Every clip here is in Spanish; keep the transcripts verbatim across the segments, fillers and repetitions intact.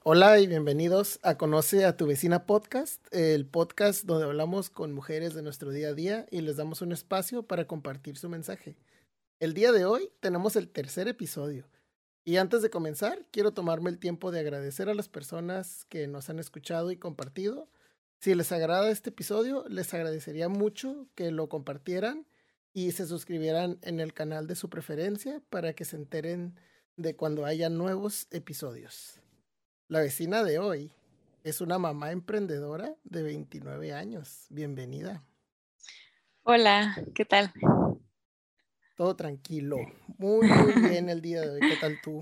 Hola y bienvenidos a Conoce a tu vecina podcast, el podcast donde hablamos con mujeres de nuestro día a día y les damos un espacio para compartir su mensaje. El día de hoy tenemos el tercer episodio y antes de comenzar quiero tomarme el tiempo de agradecer a las personas que nos han escuchado y compartido. Si les agrada este episodio, les agradecería mucho que lo compartieran y se suscribieran en el canal de su preferencia para que se enteren de cuando haya nuevos episodios. La vecina de hoy es una mamá emprendedora de veintinueve años. Bienvenida. Hola, ¿qué tal? Todo tranquilo. Muy, muy bien el día de hoy. ¿Qué tal tú?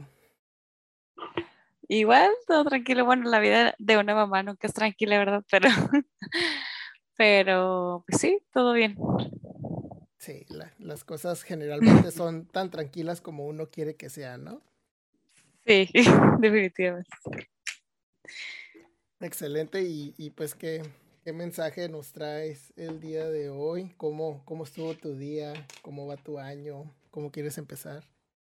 Igual, todo tranquilo. Bueno, la vida de una mamá nunca es tranquila, ¿verdad? Pero, pero, pues sí, todo bien. Sí, la- las cosas generalmente son tan tranquilas como uno quiere que sean, ¿no? Sí, definitivamente. Excelente. Y, y pues, ¿qué, ¿qué mensaje nos traes el día de hoy? ¿Cómo, ¿Cómo estuvo tu día? ¿Cómo va tu año? ¿Cómo quieres empezar?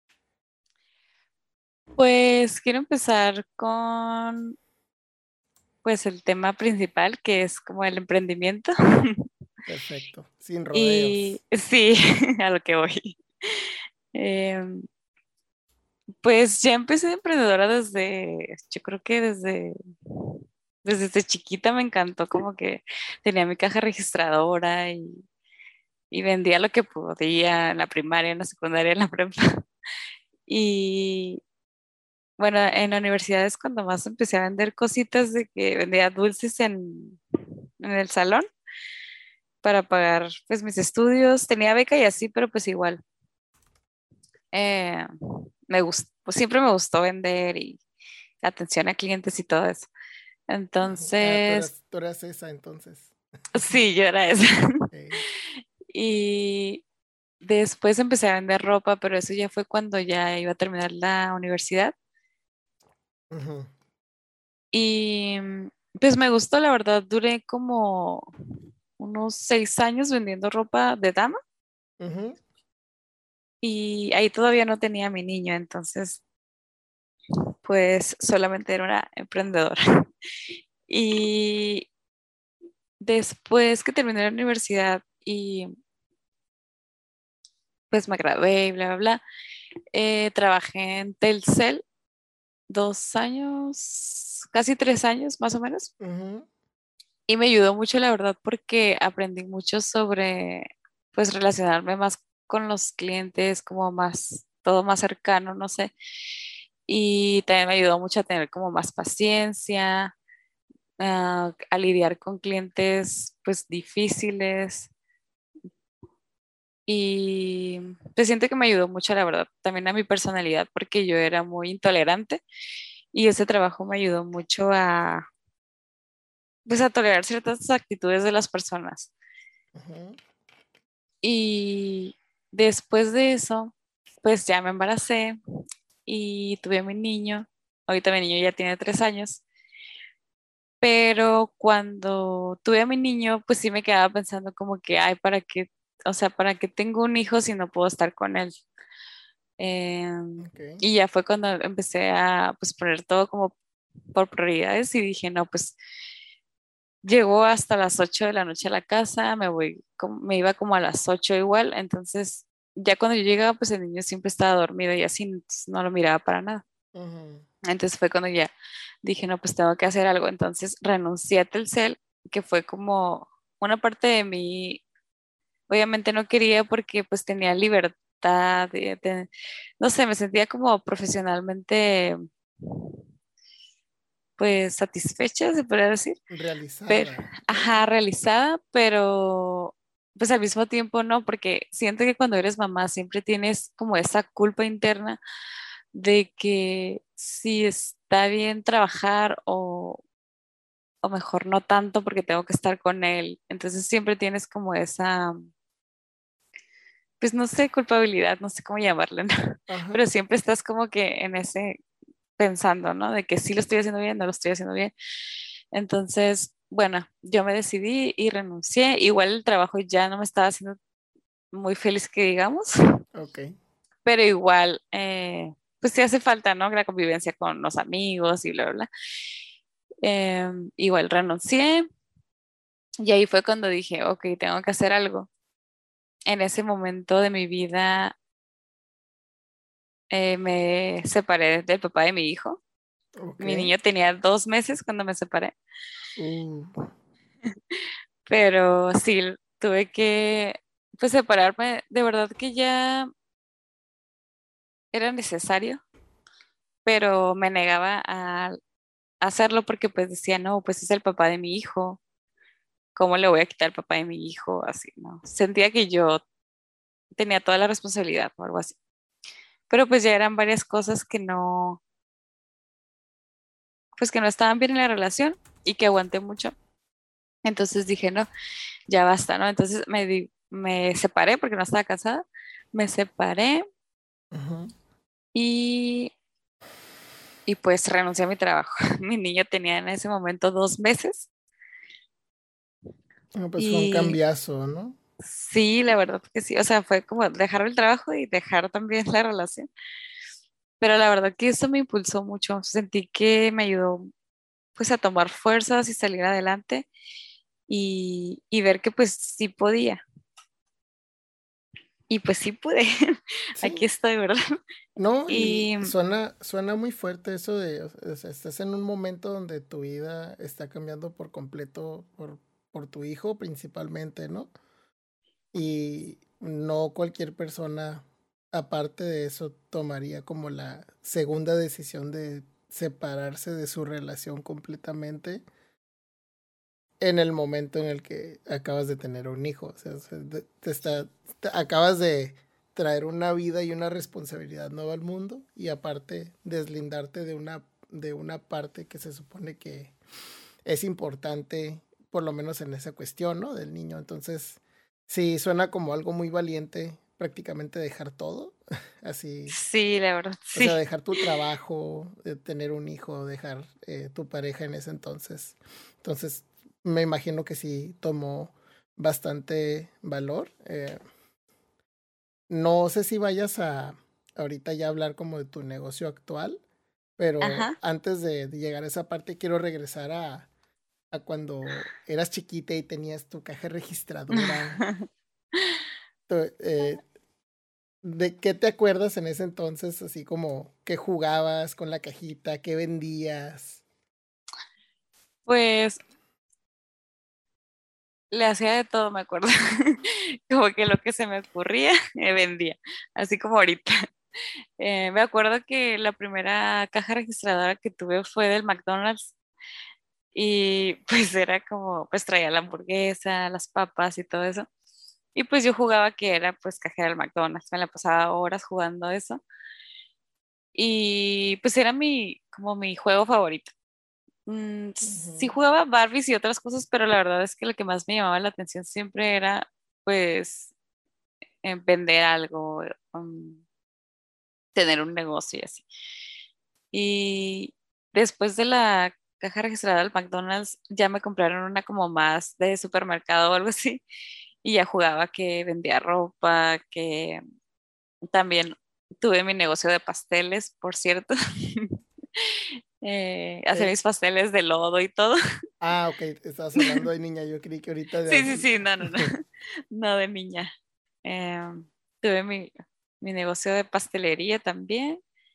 Pues quiero empezar con, pues, el tema principal, que es como el emprendimiento. Perfecto. Sin Y rodeos. sí, a lo que voy. Em, pues ya empecé de emprendedora desde, yo creo que desde, desde, desde chiquita me encantó, como que tenía mi caja registradora y y vendía lo que podía en la primaria, en la secundaria, en la prepa. Y bueno, en la universidad es cuando más empecé a vender cositas de que vendía dulces en, en el salón para pagar pues mis estudios. Tenía beca y así, pero pues igual. eh, me gustó, pues siempre me gustó vender y atención a clientes y todo eso. Ujú. Ah, tú Entonces, eras, tú eras esa entonces. sí, yo era esa. Ok. Y después empecé a vender ropa, pero eso ya fue cuando ya iba a terminar la universidad. Ujú, Y mm, pues me gustó, la verdad, duré como unos seis años vendiendo ropa de dama ujú. y ahí todavía no tenía a mi niño, entonces pues solamente era una emprendedora. Y después que terminé la universidad y pues me gradué y bla, bla, bla, eh, trabajé en Telcel dos años, casi tres años más o menos. Ujú, Y me ayudó mucho, la verdad, porque aprendí mucho sobre, pues, relacionarme más con los clientes, como más, todo más cercano, no sé. Y también me ayudó mucho a tener como más paciencia, a, a lidiar con clientes, pues, difíciles. Y pues siento que me ayudó mucho, la verdad, también a mi personalidad, porque yo era muy intolerante y ese trabajo me ayudó mucho a, pues, a tolerar ciertas actitudes de las personas. ujú. Y después de eso, pues ya me embaracé y tuve a mi niño. Ahorita mi niño ya tiene tres años. Pero cuando tuve a mi niño, pues sí me quedaba pensando como que, ay, ¿para qué? O sea, ¿para qué tengo un hijo si no puedo estar con él? Em, Ok. y ya fue cuando empecé a pues poner todo como por prioridades y dije, no, pues llegó hasta las ocho de la noche a la casa, me voy, como- me iba como a las ocho igual, entonces ya cuando yo llegaba, pues el niño siempre estaba dormido y así entonces no lo miraba para nada. Ujú, Entonces fue cuando ya dije, no, pues tengo que hacer algo. Entonces renuncié a Telcel, que fue como una parte de mí, obviamente no quería porque pues tenía libertad, de- de- no sé, me sentía como profesionalmente pues satisfecha, se podría decir. Pero, realizada, ¿no? ajá, realizada, pero pues al mismo tiempo no, porque siento que cuando eres mamá siempre tienes como esa culpa interna de que si está bien trabajar o, o mejor no tanto porque tengo que estar con él. Entonces siempre tienes como esa, pues no sé, culpabilidad, no sé cómo llamarle, ¿no? Ajá. Pero siempre estás como que en ese pensando, ¿no? De que sí lo estoy haciendo bien, no lo estoy haciendo bien. Entonces, bueno, yo me decidí y renuncié. Igual el trabajo ya no me estaba haciendo muy feliz que digamos, Ok. pero igual, eh, pues sí hace falta, ¿no? La convivencia con los amigos y bla, bla, bla. Em, igual renuncié y ahí fue cuando dije, ok, tengo que hacer algo. En ese momento de mi vida eh, me separé del papá de mi hijo. Ok. Mi niño tenía dos meses cuando me separé, Uh, pero sí tuve que, pues, separarme. De verdad que ya era necesario, pero me negaba a hacerlo porque pues decía, no, pues es el papá de mi hijo. ¿Cómo le voy a quitar el papá de mi hijo? Así, ¿no? Sentía que yo tenía toda la responsabilidad o algo así. Pero pues ya eran varias cosas que no, pues que no estaban bien en la relación y que aguanté mucho. Entonces dije, no, ya basta, ¿no? Entonces me, di- me separé porque no estaba casada. Me separé ujú. y, y pues renuncié a mi trabajo. Mi niño tenía en ese momento dos meses Ah, pues fue un y cambiazo, ¿no? sí, la verdad que sí. O sea, fue como dejar el trabajo y dejar también la relación. Pero la verdad que eso me impulsó mucho. Sentí que me ayudó pues a tomar fuerzas y salir adelante y, y ver que pues sí podía. Y pues sí pude. Aquí Sí, estoy, ¿verdad? no, y Y suena, suena muy fuerte eso de, o sea, estás en un momento donde tu vida está cambiando por completo por, por tu hijo principalmente, ¿no? Y no cualquier persona, aparte de eso, tomaría como la segunda decisión de separarse de su relación completamente en el momento en el que acabas de tener un hijo. O sea, o sea, de- te está, te- acabas de traer una vida y una responsabilidad nueva al mundo y aparte deslindarte de una, de una parte que se supone que es importante, por lo menos en esa cuestión, ¿no? Del niño. Entonces, sí, suena como algo muy valiente, prácticamente dejar todo, así, sí, la verdad, o sea, sí. dejar tu trabajo, eh, tener un hijo, dejar eh, tu pareja en ese entonces. Entonces, me imagino que sí tomó bastante valor. Eh, no sé si vayas a ahorita ya hablar como de tu negocio actual, pero Ajá. antes de, de llegar a esa parte, quiero regresar a, a cuando eras chiquita y tenías tu caja registradora. Tu- eh, ¿De qué te acuerdas en ese entonces? Así como qué jugabas con la cajita, qué vendías. Pues le hacía de todo, me acuerdo. Como que lo que se me ocurría, me vendía, así como ahorita. Eh, me acuerdo que la primera caja registradora que tuve fue del McDonald's y pues era como, pues traía la hamburguesa, las papas y todo eso. Y pues yo jugaba que era pues cajera del McDonald's, me la pasaba horas jugando eso y pues era mi, como mi juego favorito. Mm, sí Ujú. jugaba Barbies y otras cosas, pero la verdad es que lo que más me llamaba la atención siempre era pues en vender algo, um, tener un negocio y así. Y después de la caja registrada del McDonald's, ya me compraron una como más de supermercado o algo así. Y ya jugaba que vendía ropa, que también tuve mi negocio de pasteles, por cierto. Eh, hacía Eh, mis pasteles de lodo y todo. ah, ok, estabas hablando de niña, yo creí que ahorita de Sí, sí, sí, adulta. no, no, no. No de niña. Em, tuve mi, mi negocio de pastelería también.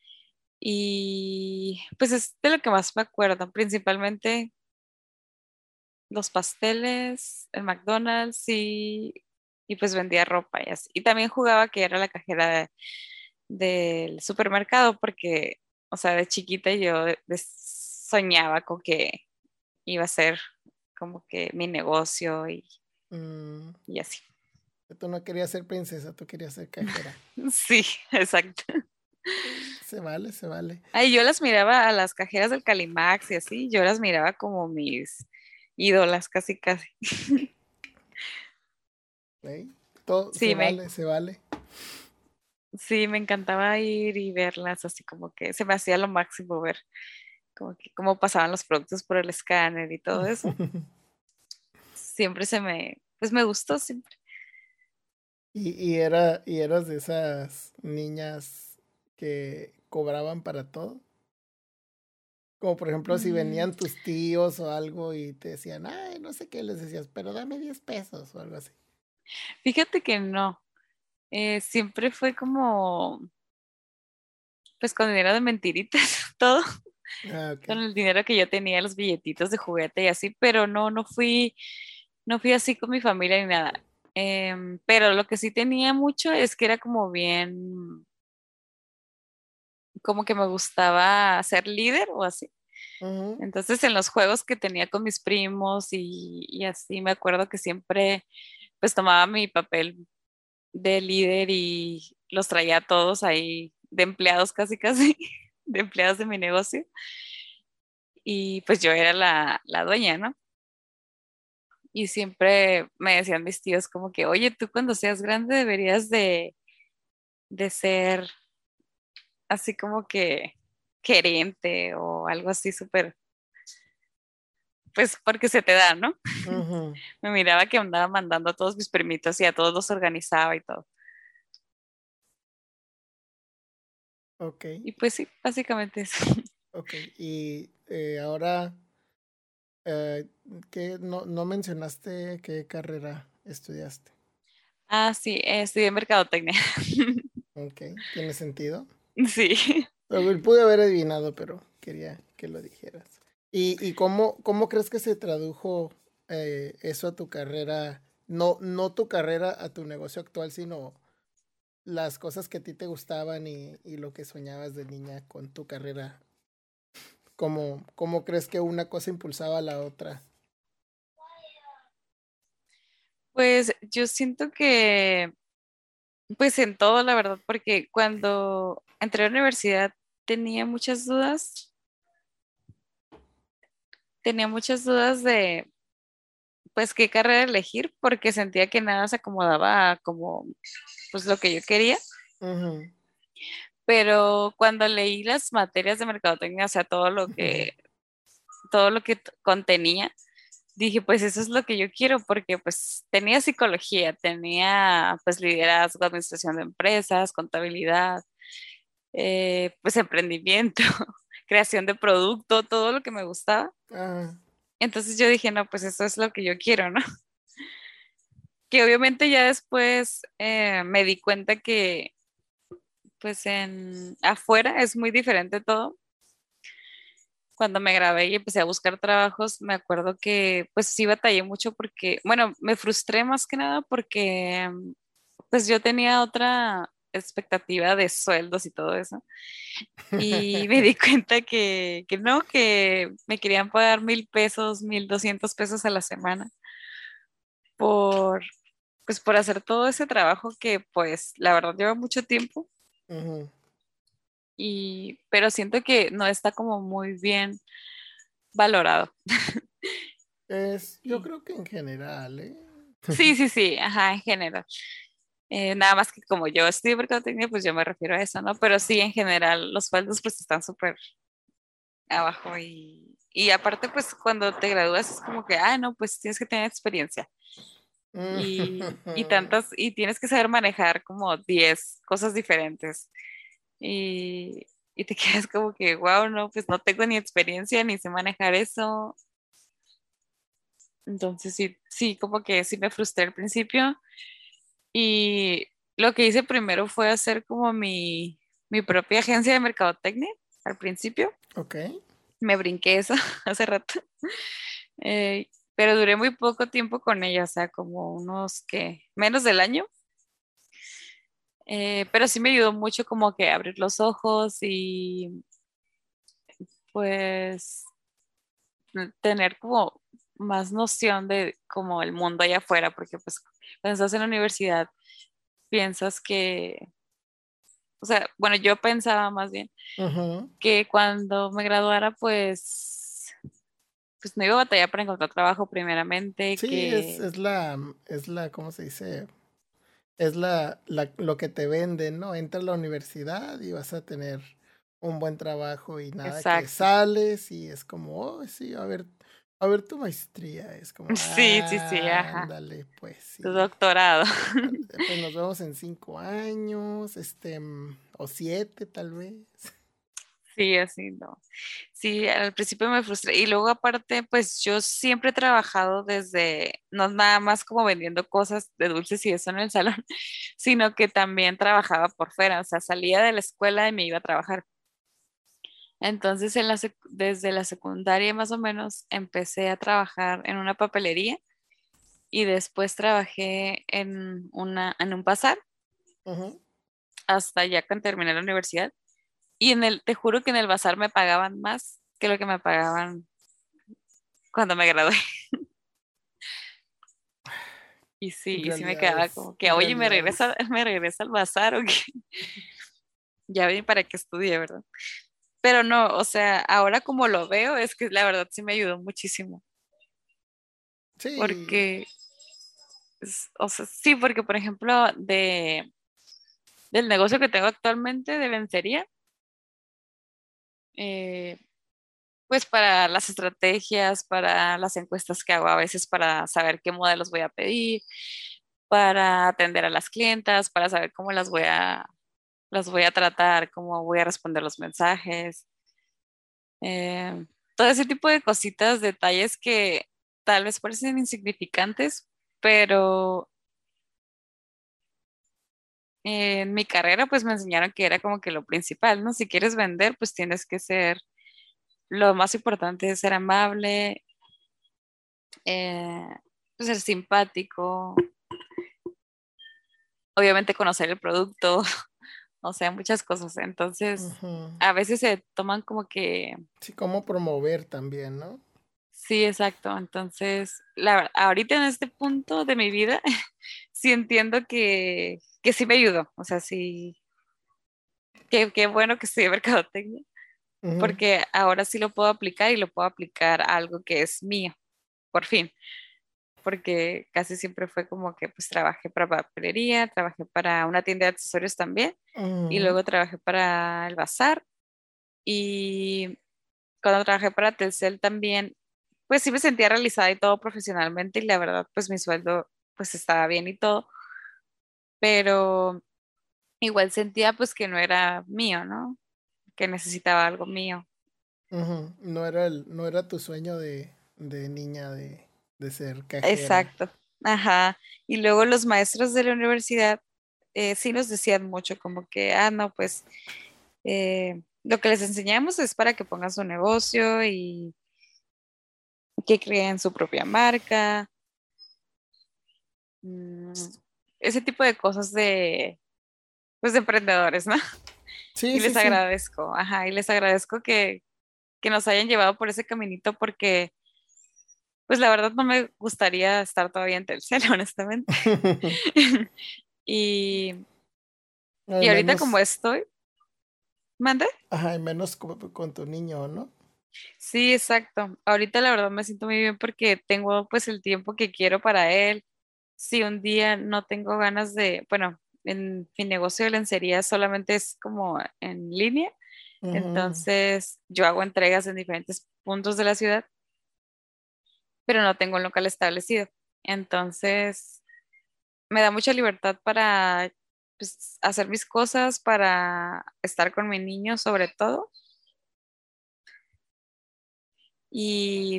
Y pues es de lo que más me acuerdo, principalmente los pasteles, el McDonald's y, y pues vendía ropa y así. Y también jugaba que era la cajera de- del supermercado porque, o sea, de chiquita yo de- de- soñaba con que iba a ser como que mi negocio y, Mm, y así. tú no querías ser princesa, tú querías ser cajera. Sí, exacto. Se vale, se vale. Ay, yo las miraba a las cajeras del Calimax y así, yo las miraba como mis ídolas, casi, casi. ¿Ok? Todo se Sí, me, vale, se vale. sí, me encantaba ir y verlas, así como que se me hacía lo máximo ver, como que cómo pasaban los productos por el escáner y todo eso. Siempre se me, pues me gustó siempre. Y, y era, y eras de esas niñas que cobraban para todo? Como por ejemplo, si Mm, venían tus tíos o algo y te decían, ay, no sé qué, les decías, pero dame diez pesos o algo así. Fíjate que no. Eh, siempre fue como, pues con dinero de mentiritas, todo, Ah, ok. con el dinero que yo tenía, los billetitos de juguete y así, pero no, no fui, no fui así con mi familia ni nada. Em, pero lo que sí tenía mucho es que era como bien, como que me gustaba ser líder o así. Ujú. Entonces, en los juegos que tenía con mis primos y, y así, me acuerdo que siempre, pues tomaba mi papel de líder y los traía a todos ahí de empleados casi casi, de empleados de mi negocio. Y pues yo era la, la dueña, ¿no? Y siempre me decían mis tíos como que, oye, tú cuando seas grande deberías de, de ser así como que gerente o algo así súper, pues porque se te da, ¿no? Ujú. Me miraba que andaba mandando a todos mis primitos y a todos los organizaba y todo. Ok, Y pues sí, básicamente eso. ok. Y eh, ahora, eh, ¿qué? No, no mencionaste qué carrera estudiaste. Ah, sí, eh, estudié mercadotecnia. Ok, ¿tiene sentido? Sí. Lo pude haber adivinado, pero quería que lo dijeras. ¿Y, y cómo, cómo crees que se tradujo eh, eso a tu carrera? No, no tu carrera a tu negocio actual, sino las cosas que a ti te gustaban y, y lo que soñabas de niña con tu carrera. ¿Cómo, cómo crees que una cosa impulsaba a la otra? Pues yo siento que, pues en todo, la verdad, porque cuando entré a la universidad tenía muchas dudas, tenía muchas dudas de, pues, qué carrera elegir, porque sentía que nada se acomodaba a como, pues, lo que yo quería. Ujú. Pero cuando leí las materias de mercadotecnia, o sea, todo lo que, todo lo que t- contenía, dije, pues eso es lo que yo quiero, porque pues tenía psicología, tenía pues liderazgo, administración de empresas, contabilidad, eh, pues emprendimiento, creación de producto, todo lo que me gustaba. Ah, Entonces yo dije, no, pues eso es lo que yo quiero, ¿no? Que obviamente ya después eh, me di cuenta que pues en afuera es muy diferente todo. Cuando me grabé y empecé a buscar trabajos, me acuerdo que pues sí batallé mucho porque, bueno, me frustré más que nada porque pues yo tenía otra expectativa de sueldos y todo eso. Y me di cuenta que, que no, que me querían pagar mil pesos, mil doscientos pesos a la semana por, pues por hacer todo ese trabajo que pues la verdad lleva mucho tiempo ujú. y, pero siento que no está como muy bien valorado. Es, yo Y creo que en general, ¿eh? sí, sí, sí, ajá, en general. Eh, nada más que como yo estudio mercadotecnia, pues yo me refiero a eso, ¿no? Pero sí, en general, los sueldos pues están súper abajo y, y aparte pues cuando te gradúas es como que, ah, no, pues tienes que tener experiencia y, y tantas, y tienes que saber manejar como diez cosas diferentes y, y te quedas como que, wow, no, pues no tengo ni experiencia ni sé manejar eso. Entonces sí, sí, como que sí me frustré al principio y lo que hice primero fue hacer como mi, mi propia agencia de mercadotecnia al principio. Ok. Me brinqué eso hace rato. Eh, pero duré muy poco tiempo con ella, o sea, como unos que menos del año. Eh, pero sí me ayudó mucho como que a abrir los ojos y pues tener como más noción de como el mundo allá afuera, porque pues cuando estás en la universidad piensas que, o sea, bueno, yo pensaba más bien Ujú. que cuando me graduara pues pues no iba a batallar para encontrar trabajo primeramente, Sí, es, que es la, es la, ¿cómo se dice? Es la, la, lo que te venden, ¿no? Entra a la universidad y vas a tener un buen trabajo y nada que exacto. sales y es como, oh, sí, a ver, a ver tu maestría. Es como, Sí, sí, sí, ah, ajá. ándale, pues Tu sí. doctorado. Ándale, pues nos vemos en cinco años, este, mm, o siete tal vez. Sí, así no. Sí, al principio me frustré. Y luego aparte, pues yo siempre he trabajado desde, no nada más como vendiendo cosas de dulces y eso en el salón, sino que también trabajaba por fuera. O sea, salía de la escuela y me iba a trabajar. Entonces, en la sec- desde la secundaria más o menos, empecé a trabajar en una papelería y después trabajé en una, en un bazar Ujú. hasta ya cuando terminé la universidad. Y en el, te juro que en el bazar me pagaban más que lo que me pagaban cuando me gradué. Y sí, sí me quedaba Realidades, como que, oye, me regresa, realidades. me regresa al bazar o qué. Ya vi para qué estudié, ¿verdad? Pero no, o sea, ahora como lo veo, es que la verdad sí me ayudó muchísimo. Sí. Porque, es- o sea, sí, porque por ejemplo, de, del negocio que tengo actualmente de lencería, eh, pues para las estrategias, para las encuestas que hago a veces para saber qué modelos voy a pedir, para atender a las clientas, para saber cómo las voy a, las voy a tratar, cómo voy a responder los mensajes, eh, todo ese tipo de cositas, detalles que tal vez parecen insignificantes, pero eh, en mi carrera pues me enseñaron que era como que lo principal, ¿no? Si quieres vender, pues tienes que ser, lo más importante es ser amable, eh, pues, ser simpático, obviamente conocer el producto, o sea, muchas cosas. Entonces, Ujú. a veces se toman como que, Sí, cómo promover también, ¿no? sí, exacto. Entonces, la, ver- ahorita en este punto de mi vida, sí entiendo que, que sí me ayudó. O sea, sí, qué, qué bueno que estudié mercadotecnia, Ujú. porque ahora sí lo puedo aplicar y lo puedo aplicar a algo que es mío, por fin. Porque casi siempre fue como que pues trabajé para papelería, trabajé para una tienda de accesorios también, y Ujú. luego trabajé para el bazar. Y cuando trabajé para Telcel también, pues sí me sentía realizada y todo profesionalmente y la verdad, pues mi sueldo pues estaba bien y todo, pero igual sentía pues que no era mío, ¿no? Que necesitaba algo mío. Ujú. No era el, no era tu sueño de, de niña de, de ser cajera. Exacto. Ajá. Y luego los maestros de la universidad eh, sí nos decían mucho como que, ah, no, pues eh, lo que les enseñamos es para que pongan su negocio y que creen su propia marca. mm, Ese tipo de cosas de, pues, de emprendedores, ¿no? Sí, Y sí, les sí. agradezco, ajá, y les agradezco que, que nos hayan llevado por ese caminito porque, pues, la verdad no me gustaría estar todavía en Telcel, honestamente. Y, Al y ahorita como menos, estoy, ¿mande? ajá, al menos con, con tu niño, ¿no? Sí, exacto. Ahorita la verdad me siento muy bien porque tengo pues el tiempo que quiero para él. Si un día no tengo ganas de, bueno, en mi negocio de lencería solamente es como en línea. Ujú. Entonces, yo hago entregas en diferentes puntos de la ciudad, pero no tengo un local establecido. Entonces, me da mucha libertad para pues, hacer mis cosas, para estar con mi niño sobre todo. Y,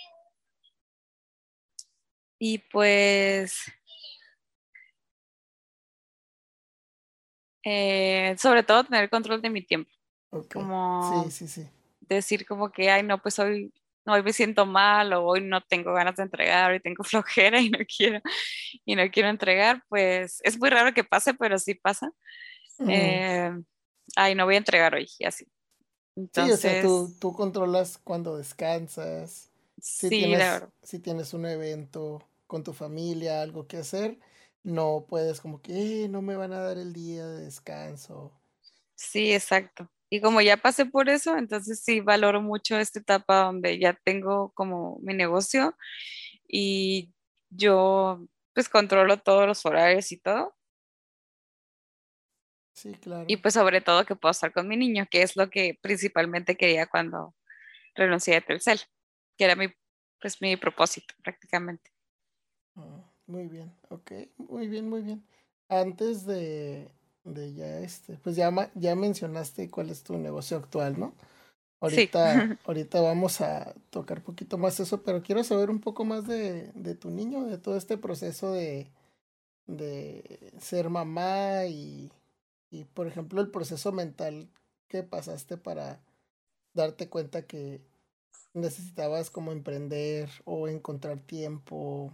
y pues, eh, sobre todo tener control de mi tiempo. Ok. Sí, Como sí, sí. decir como que, ay, no, pues hoy, no, hoy me siento mal o hoy no tengo ganas de entregar, hoy tengo flojera y no quiero, y no quiero entregar, pues es muy raro que pase, pero sí pasa. Ujú. Eh, Ay, no voy a entregar hoy y así. Sí, o sea, tú, Entonces, tú controlas cuando descansas, si sí, la tienes, verdad, si tienes un evento con tu familia, algo que hacer, no puedes como que, "Eh, no me van a dar el día de descanso". sí, exacto. Y como ya pasé por eso, entonces sí valoro mucho esta etapa donde ya tengo como mi negocio y yo pues controlo todos los horarios y todo. Sí, Y claro. pues sobre todo que puedo estar con mi niño, que es lo que principalmente quería cuando renuncié a Telcel, que era mi, pues mi propósito prácticamente. Ah, muy bien, ok, muy bien, muy bien. Antes de, de ya este, pues ya, ma- ya mencionaste cuál es tu negocio actual, ¿no? Sí. Ahorita, ahorita vamos a tocar poquito más eso, pero quiero saber un poco más de, de tu niño, de todo este proceso de, de ser mamá y, y, por ejemplo, el proceso mental que pasaste para darte cuenta que necesitabas como emprender o encontrar tiempo,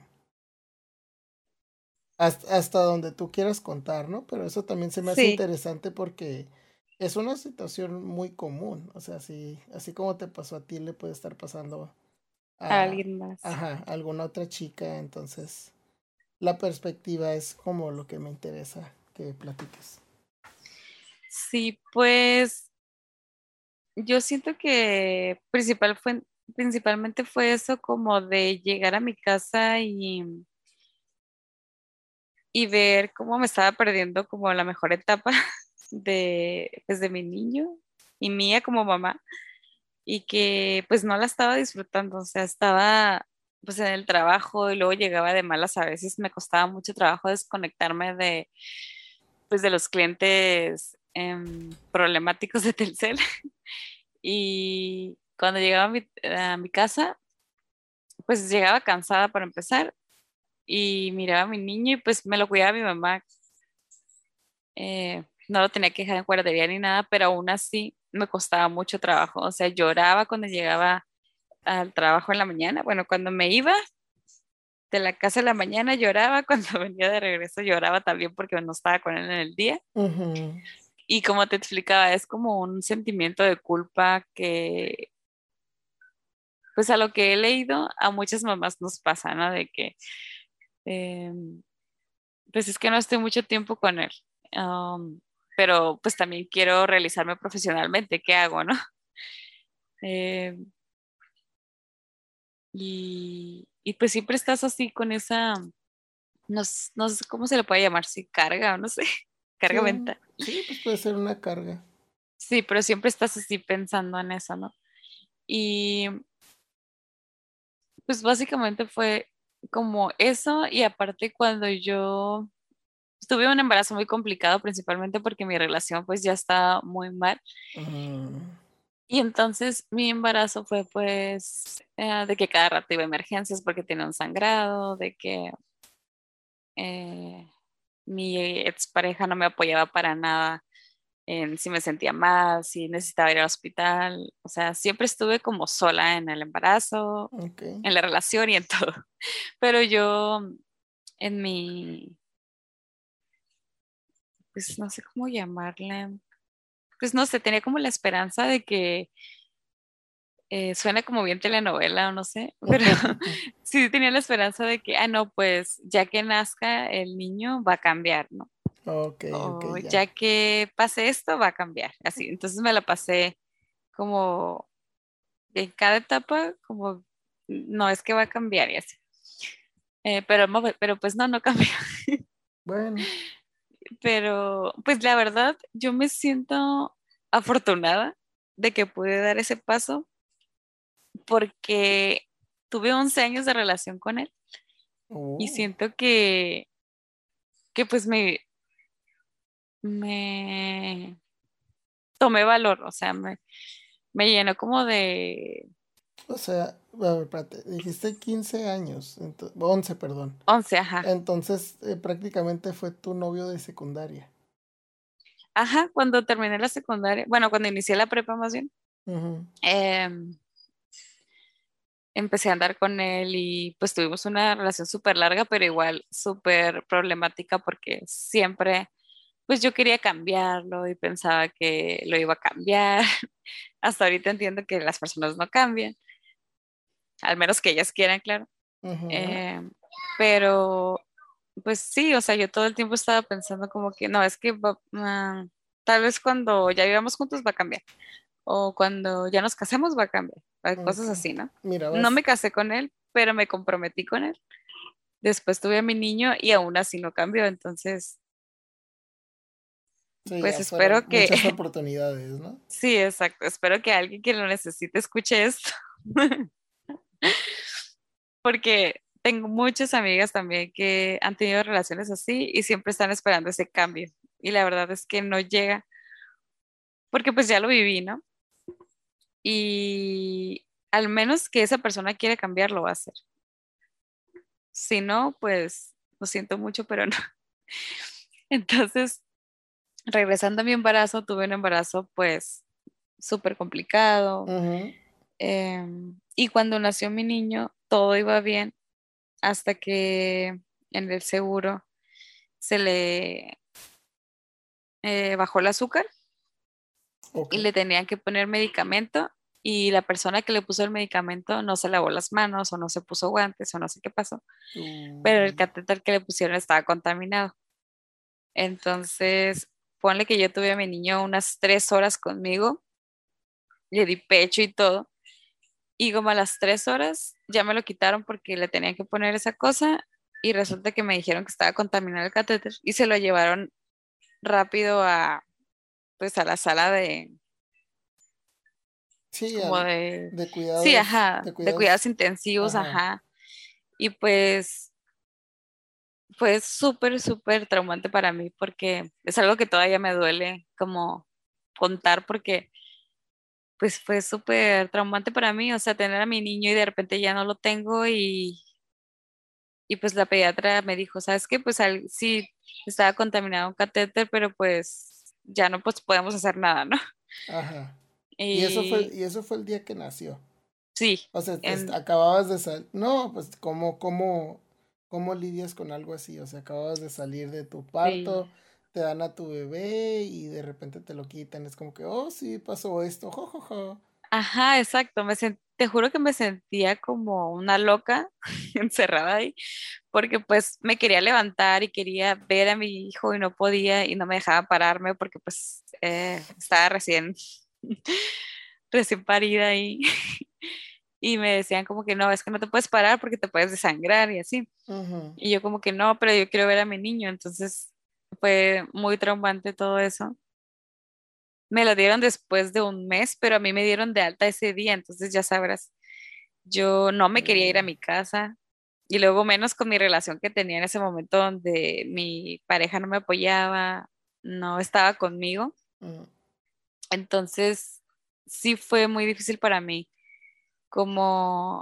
hasta, hasta donde tú quieras contar, ¿no? Pero eso también se me hace Sí, interesante porque es una situación muy común, o sea, así, así como te pasó a ti, le puede estar pasando a a, alguien más. ajá, a alguna otra chica, entonces la perspectiva es como lo que me interesa que platiques. Sí, pues yo siento que principal fue, principalmente fue eso como de llegar a mi casa y, y ver cómo me estaba perdiendo como la mejor etapa de, pues, de mi niño y mía como mamá y que pues no la estaba disfrutando, o sea, estaba pues en el trabajo y luego llegaba de malas a veces, me costaba mucho trabajo desconectarme de pues de los clientes em, problemáticos de Telcel y cuando llegaba a mi, a mi casa pues llegaba cansada para empezar y miraba a mi niño y pues me lo cuidaba mi mamá. Eh, no lo tenía que dejar en guardería ni nada, pero aún así me costaba mucho trabajo. O sea, lloraba cuando llegaba al trabajo en la mañana. Bueno, cuando me iba de la casa en la mañana lloraba, cuando venía de regreso lloraba también porque no estaba con él en el día. Ujú. Y como te explicaba, es como un sentimiento de culpa que, pues a lo que he leído, a muchas mamás nos pasa, ¿no? De que eh, pues es que no estoy mucho tiempo con él. Am, pero pues también quiero realizarme profesionalmente. ¿Qué hago, no? Eh, y, y pues siempre estás así con esa, no, s- no sé cómo se le puede llamar, si carga o no sé, carga Sí, mental. sí, pues puede ser una carga. Sí, pero siempre estás así pensando en eso, ¿no? Y pues básicamente fue como eso y aparte cuando yo tuve un embarazo muy complicado, principalmente porque mi relación pues ya estaba muy mal. Mm, Y entonces mi embarazo fue pues eh, de que cada rato iba a emergencias porque tenía un sangrado, de que eh, mi expareja no me apoyaba para nada en si me sentía mal, si necesitaba ir al hospital. O sea, siempre estuve como sola en el embarazo, ok. en la relación y en todo. Pero yo en mi, pues no sé cómo llamarle, pues no sé, tenía como la esperanza de que eh, suena como bien telenovela o no sé, pero sí tenía la esperanza de que, ah, no, pues ya que nazca el niño va a cambiar, ¿no? Ok, ok, O ya. ya que pase esto va a cambiar, así. Entonces me la pasé como en cada etapa, como, no es que va a cambiar y así. Eh, pero, mo- pero pues no, no cambió. Bueno, Pero pues la verdad, yo me siento afortunada de que pude dar ese paso porque tuve once años de relación con él y oh, siento que, que pues me, me tomé valor, o sea, me, me llenó como de o sea, a ver, espérate, dijiste quince años, ento- once, perdón. once, ajá. Entonces, eh, prácticamente fue tu novio de secundaria. Ajá, cuando terminé la secundaria, bueno, cuando inicié la prepa más bien, Ujú, em, empecé a andar con él y pues tuvimos una relación súper larga, pero igual súper problemática porque siempre, pues yo quería cambiarlo y pensaba que lo iba a cambiar. Hasta ahorita entiendo que las personas no cambian, al menos que ellas quieran, claro. ujú, Eh, pero, pues sí, o sea, yo todo el tiempo estaba pensando como que, no, es que va- ah, tal vez cuando ya vivamos juntos va a cambiar, o cuando ya nos casemos va a cambiar, hay ok. cosas así, ¿no? Mira, No vas, me casé con él, pero me comprometí con él. Después tuve a mi niño y aún así no cambió, entonces, sí, pues ya fueron espero que, muchas oportunidades, ¿no? sí, exacto, espero que alguien que lo necesite escuche esto. Porque tengo muchas amigas también que han tenido relaciones así y siempre están esperando ese cambio. y la verdad es que no llega, porque pues ya lo viví, ¿no? Y al menos que esa persona quiera cambiar, lo va a hacer. Si no, pues lo siento mucho, pero no. Entonces, regresando a mi embarazo, tuve un embarazo pues súper complicado. Ujú. em, y cuando nació mi niño, todo iba bien hasta que en el seguro se le eh, bajó el azúcar Ok. y le tenían que poner medicamento y la persona que le puso el medicamento no se lavó las manos o no se puso guantes o no sé qué pasó, pero el Uy. catéter que le pusieron estaba contaminado. Entonces, ponle que yo tuve a mi niño unas tres horas conmigo, le di pecho y todo, y como a las tres horas ya me lo quitaron porque le tenían que poner esa cosa y resulta que me dijeron que estaba contaminado el catéter y se lo llevaron rápido a, pues a la sala de, Sí, como al, de, de sí, cuidados, ajá, de de cuidados cuidados, intensivos, ajá. ajá. Y pues fue súper, súper traumante para mí porque es algo que todavía me duele como contar porque pues fue súper traumante para mí, o sea, tener a mi niño y de repente ya no lo tengo y, y pues la pediatra me dijo, ¿sabes qué? Pues al- sí, estaba contaminado un catéter, pero pues ya no pues podemos hacer nada, ¿no? Ajá. Y eso fue, Y y eso fue el día que nació. sí, O sea, te est- en, acababas de salir. No, pues, ¿cómo, cómo, cómo lidias con algo así? O sea, acababas de salir de tu sí. parto, te dan a tu bebé y de repente te lo quitan. Es como que, oh, sí, pasó esto, jojojo. Ajá, exacto. Me sen- te juro que me sentía como una loca encerrada ahí, porque pues me quería levantar y quería ver a mi hijo y no podía y no me dejaba pararme porque pues eh, estaba recién, recién parida ahí y me decían como que no, es que no te puedes parar porque te puedes desangrar y así. Ujú. Y yo como que no, pero yo quiero ver a mi niño, entonces fue muy traumante todo eso. Me lo dieron después de un mes, pero a mí me dieron de alta ese día, entonces ya sabrás. Yo no me quería ir a Uy. mi casa y luego menos con mi relación que tenía en ese momento donde mi pareja no me apoyaba, no estaba conmigo. Ujú. Entonces sí fue muy difícil para mí, como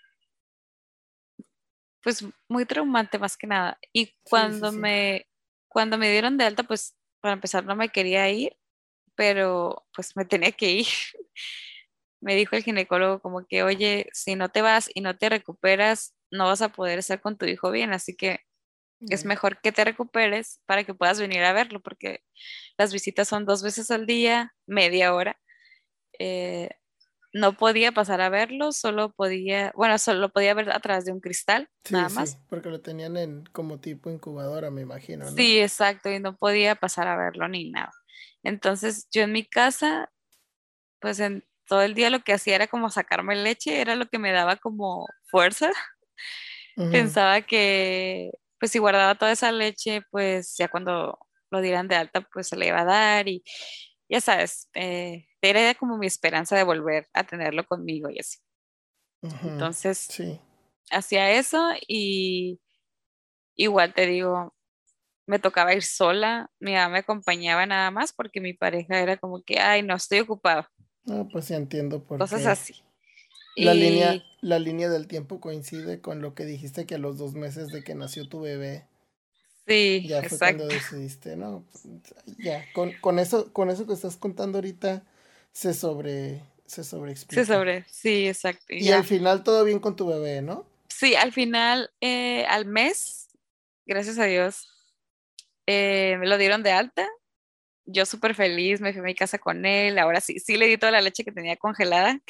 pues muy traumante más que nada. Y Sí, sí, cuando sí. me cuando me dieron de alta, pues para empezar no me quería ir, pero pues me tenía que ir. Me dijo el ginecólogo como que, oye, si no te vas y no te recuperas, no vas a poder estar con tu hijo bien, así que es Uy. mejor que te recuperes para que puedas venir a verlo, porque las visitas son dos veces al día, media hora. Eh, no podía pasar a verlo, solo podía, bueno, solo podía ver a través de un cristal, Sí, nada sí, más. porque lo tenían en como tipo incubadora, me imagino, ¿no? Sí, exacto, y no podía pasar a verlo ni nada. Entonces, yo en mi casa, pues en todo el día lo que hacía era como sacarme leche, era lo que me daba como fuerza. Ujú. Pensaba que, pues si guardaba toda esa leche, pues ya cuando lo dieran de alta, pues se le iba a dar y ya sabes, eh, era como mi esperanza de volver a tenerlo conmigo y así. Ujú. Entonces, Sí. hacía eso y igual te digo, me tocaba ir sola, mi mamá me acompañaba nada más porque mi pareja era como que, ay, no estoy ocupado, No, pues sí entiendo por cosas qué. así. La línea, Y la línea del tiempo coincide con lo que dijiste que a los dos meses de que nació tu bebé, sí, ya fue cuando exacto. decidiste, ¿no? Ya, con, con eso, con eso que estás contando ahorita, se sobre, se Sí, sobreexplica. sobre, sí, exacto. Y Y al ya. final todo bien con tu bebé, ¿no? Sí, al final, eh, al mes, gracias a Dios, eh, me lo dieron de alta. Yo súper feliz, me fui a mi casa con él. Ahora sí, sí le di toda la leche que tenía congelada.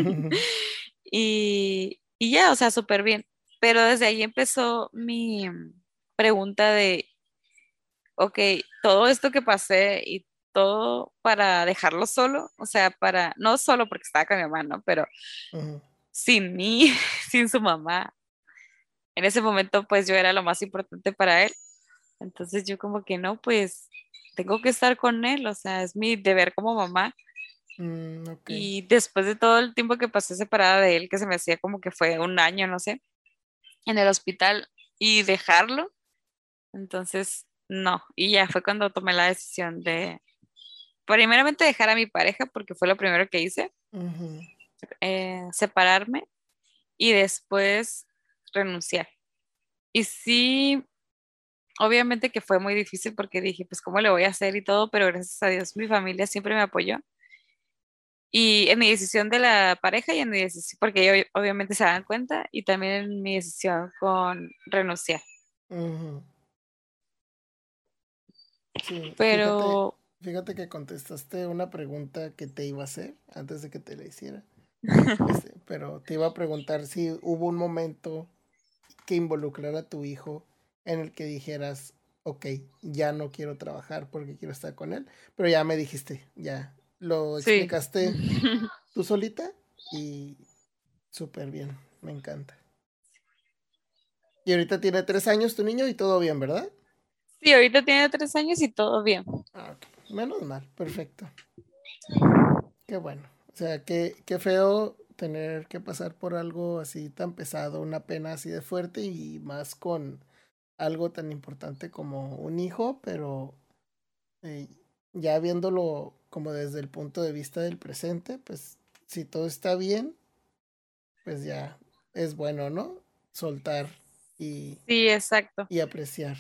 Y, y ya, o sea, súper bien. Pero desde ahí empezó mi pregunta de, ok, todo esto que pasé y todo para dejarlo solo, o sea, para, no solo porque estaba con mi mamá, ¿no? Pero Ujú. sin mí, sin su mamá. En ese momento, pues yo era lo más importante para él. Entonces yo como que no, pues tengo que estar con él, o sea, es mi deber como mamá. Mm, ok. Y después de todo el tiempo que pasé separada de él, que se me hacía como que fue un año, no sé, en el hospital y dejarlo, entonces no. Y ya fue cuando tomé la decisión de, primeramente, dejar a mi pareja, porque fue lo primero que hice, Ujú. eh, separarme y después renunciar. Y sí, obviamente que fue muy difícil porque dije, pues, ¿cómo le voy a hacer y todo? Pero gracias a Dios, mi familia siempre me apoyó. Y en mi decisión de la pareja y en mi decisión, porque ellos obviamente se dan cuenta, y también en mi decisión con renunciar. Ujú. Sí, fíjate, Pero fíjate que contestaste una pregunta que te iba a hacer antes de que te la hiciera. Este, pero te iba a preguntar si hubo un momento que involucrara a tu hijo en el que dijeras, ok, ya no quiero trabajar porque quiero estar con él, pero ya me dijiste, ya lo sí. explicaste tú solita y súper bien, me encanta. Y ahorita tiene tres años tu niño y todo bien, ¿verdad? Sí, ahorita tiene tres años y todo bien. Ah, ok. Menos mal, perfecto. Qué bueno. O sea, qué, qué feo tener que pasar por algo así tan pesado, una pena así de fuerte y más con algo tan importante como un hijo, pero eh, ya viéndolo como desde el punto de vista del presente, pues si todo está bien, pues ya es bueno, ¿no? Soltar y, Sí, exacto. y apreciar.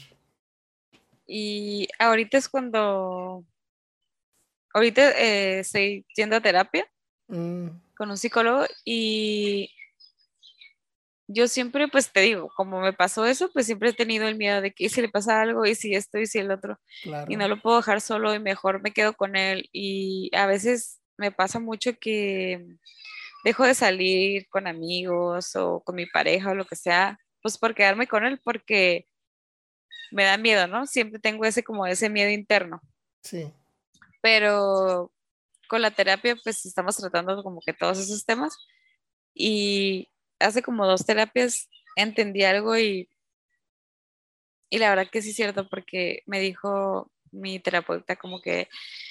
Y ahorita es cuando, ahorita eh, estoy yendo a terapia Mm, con un psicólogo y yo siempre, pues te digo, como me pasó eso, pues siempre he tenido el miedo de que ¿y si le pasa algo y si esto y si el otro, y claro, no lo puedo dejar solo y mejor me quedo con él. Y a veces me pasa mucho que dejo de salir con amigos o con mi pareja o lo que sea, pues por quedarme con él porque me da miedo, ¿no? Siempre tengo ese como ese miedo interno, sí. pero con la terapia pues estamos tratando como que todos esos temas, y hace como dos terapias entendí algo, y, y la verdad que sí es cierto porque me dijo mi terapeuta como que,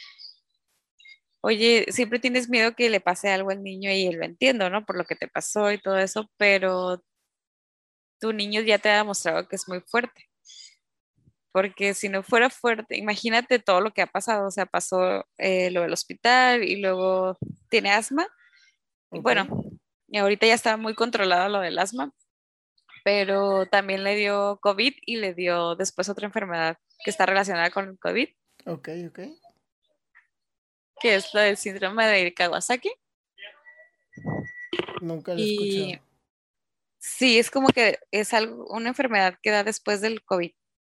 oye, siempre tienes miedo que le pase algo al niño, y lo entiendo, ¿no? Por lo que te pasó y todo eso, pero tu niño ya te ha demostrado que es muy fuerte. Porque si no fuera fuerte, imagínate todo lo que ha pasado, o sea, pasó eh, lo del hospital y luego tiene asma, y Ok, bueno, y ahorita ya está muy controlado lo del asma, pero también le dio COVID y le dio después otra enfermedad que está relacionada con el COVID, ok, ok. que es lo del síndrome de Kawasaki. Nunca lo he Y escuchado. sí, es como que es algo, una enfermedad que da después del COVID.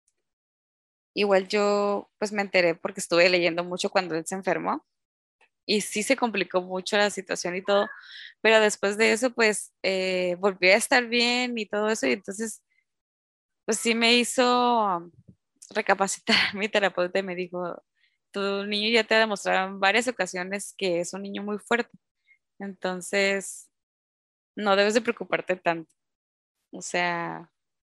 Igual yo pues me enteré porque estuve leyendo mucho cuando él se enfermó, y sí se complicó mucho la situación y todo, pero después de eso pues eh, volvió a estar bien y todo eso, y entonces pues sí me hizo um, recapacitar mi terapeuta, y me dijo, tu niño ya te ha demostrado en varias ocasiones que es un niño muy fuerte, entonces no debes de preocuparte tanto, o sea,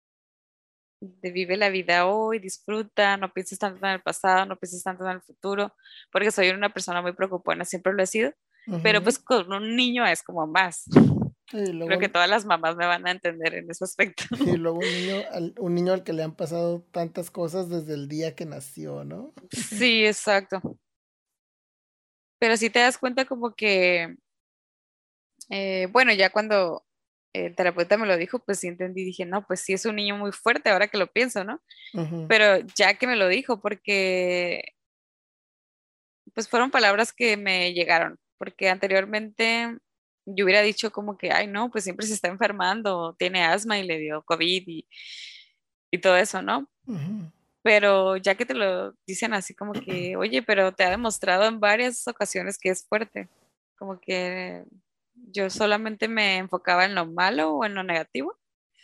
de vive la vida hoy, disfruta, no pienses tanto en el pasado, no pienses tanto en el futuro, porque soy una persona muy preocupona, siempre lo he sido, pero Ujú. pues con un niño es como más. Y Creo que luego, todas las mamás me van a entender en ese aspecto. y luego un niño, al, un niño al que le han pasado tantas cosas desde el día que nació, ¿no? Sí, exacto. Pero sí te das cuenta como que, eh, bueno, ya cuando el terapeuta me lo dijo, pues sí entendí, dije, no, pues sí es un niño muy fuerte ahora que lo pienso, ¿no? Ujú. Pero ya que me lo dijo, porque pues fueron palabras que me llegaron, porque anteriormente yo hubiera dicho como que, ay, no, pues siempre se está enfermando, tiene asma y le dio COVID y, y todo eso, ¿no? Ujú. Pero ya que te lo dicen así como que, oye, pero te ha demostrado en varias ocasiones que es fuerte, como que yo solamente me enfocaba en lo malo o en lo negativo,